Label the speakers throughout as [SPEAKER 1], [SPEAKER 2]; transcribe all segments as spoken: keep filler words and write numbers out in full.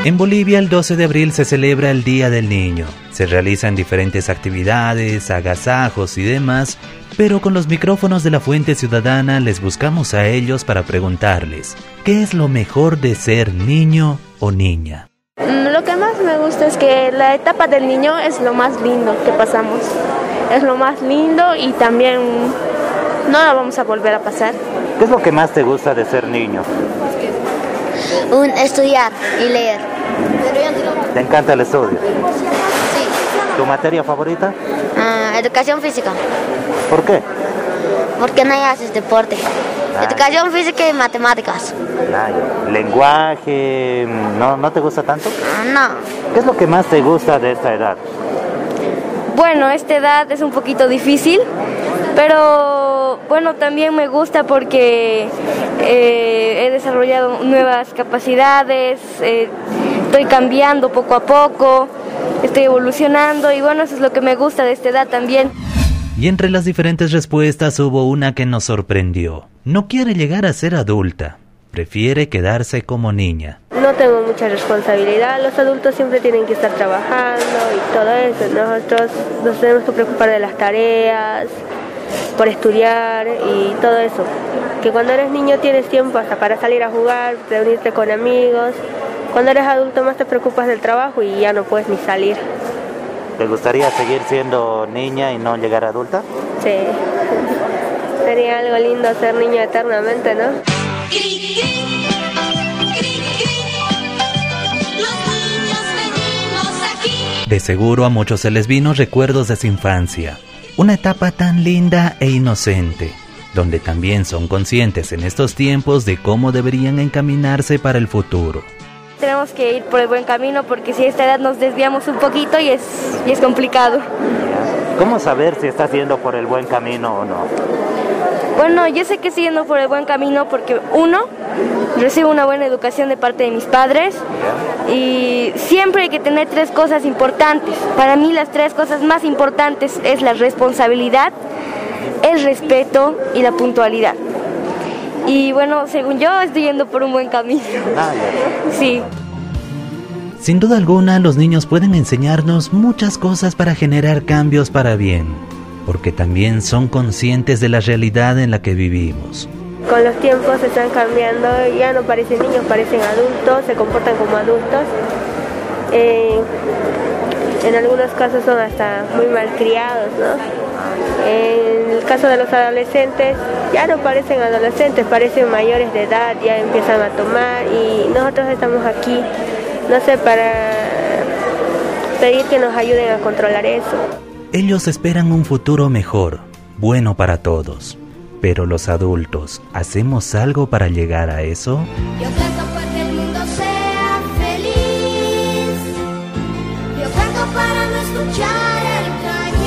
[SPEAKER 1] En Bolivia, el doce de abril se celebra el Día del Niño. Se realizan diferentes actividades, agasajos y demás, pero con los micrófonos de la Fuente Ciudadana les buscamos a ellos para preguntarles, ¿qué es lo mejor de ser niño o niña?
[SPEAKER 2] Lo que más me gusta es que la etapa del niño es lo más lindo que pasamos. Es lo más lindo y también no la vamos a volver a pasar.
[SPEAKER 3] ¿Qué es lo que más te gusta de ser niño?
[SPEAKER 4] Un, estudiar y leer.
[SPEAKER 3] ¿Te encanta el estudio?
[SPEAKER 4] Sí.
[SPEAKER 3] ¿Tu materia favorita?
[SPEAKER 4] Uh, educación física.
[SPEAKER 3] ¿Por qué?
[SPEAKER 4] Porque no haces deporte. Ah. Educación física y matemáticas.
[SPEAKER 3] Ah, ¿lenguaje? ¿No, ¿No te gusta tanto?
[SPEAKER 4] Uh, no.
[SPEAKER 3] ¿Qué es lo que más te gusta de esta edad?
[SPEAKER 2] Bueno, esta edad es un poquito difícil, pero bueno, también me gusta porque eh, he desarrollado nuevas capacidades, eh, estoy cambiando poco a poco, estoy evolucionando y bueno, eso es lo que me gusta de esta edad también.
[SPEAKER 1] Y entre las diferentes respuestas hubo una que nos sorprendió. No quiere llegar a ser adulta, prefiere quedarse como niña.
[SPEAKER 2] No tengo mucha responsabilidad, los adultos siempre tienen que estar trabajando y todo eso. Nosotros nos tenemos que preocupar de las tareas, por estudiar y todo eso. Que cuando eres niño tienes tiempo hasta para salir a jugar, reunirte con amigos. Cuando eres adulto más te preocupas del trabajo y ya no puedes ni salir.
[SPEAKER 3] ¿Te gustaría seguir siendo niña y no llegar a adulta?
[SPEAKER 2] Sí. Sería algo lindo ser niño eternamente, ¿no?
[SPEAKER 1] De seguro a muchos se les vino recuerdos de su infancia, una etapa tan linda e inocente, donde también son conscientes en estos tiempos de cómo deberían encaminarse para el futuro.
[SPEAKER 2] Tenemos que ir por el buen camino porque si a esta edad nos desviamos un poquito y es, y es complicado.
[SPEAKER 3] ¿Cómo saber si estás yendo por el buen camino o no?
[SPEAKER 2] Bueno, yo sé que estoy yendo por el buen camino porque uno, recibo una buena educación de parte de mis padres y siempre hay que tener tres cosas importantes. Para mí las tres cosas más importantes es la responsabilidad, el respeto y la puntualidad. Y bueno, según yo estoy yendo por un buen camino. Sí.
[SPEAKER 1] Sin duda alguna, los niños pueden enseñarnos muchas cosas para generar cambios para bien, porque también son conscientes de la realidad en la que vivimos.
[SPEAKER 2] Con los tiempos se están cambiando, ya no parecen niños, parecen adultos, se comportan como adultos. Eh, en algunos casos son hasta muy malcriados, ¿no? En el caso de los adolescentes, ya no parecen adolescentes, parecen mayores de edad, ya empiezan a tomar y nosotros estamos aquí, no sé, para pedir que nos ayuden a controlar eso.
[SPEAKER 1] Ellos esperan un futuro mejor, bueno para todos. Pero los adultos, ¿hacemos algo para llegar a eso?
[SPEAKER 5] Yo canto para que el mundo sea feliz. Yo canto para no escuchar el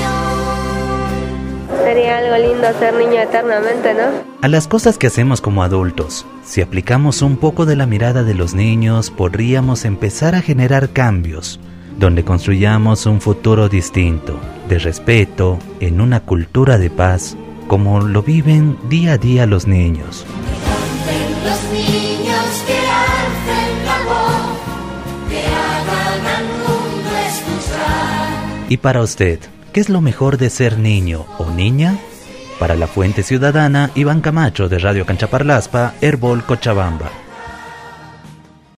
[SPEAKER 5] cañón.
[SPEAKER 2] Sería algo lindo ser niño eternamente, ¿no?
[SPEAKER 1] A las cosas que hacemos como adultos, si aplicamos un poco de la mirada de los niños, podríamos empezar a generar cambios, donde construyamos un futuro distinto, de respeto, en una cultura de paz, como lo viven día a día los niños.
[SPEAKER 5] Que los niños que alcen la voz, que hagan al mundo escuchar.
[SPEAKER 1] Y para usted, ¿qué es lo mejor de ser niño o niña? Para la Fuente Ciudadana, Iván Camacho de Radio Canchaparlaspa, Herbol, Cochabamba.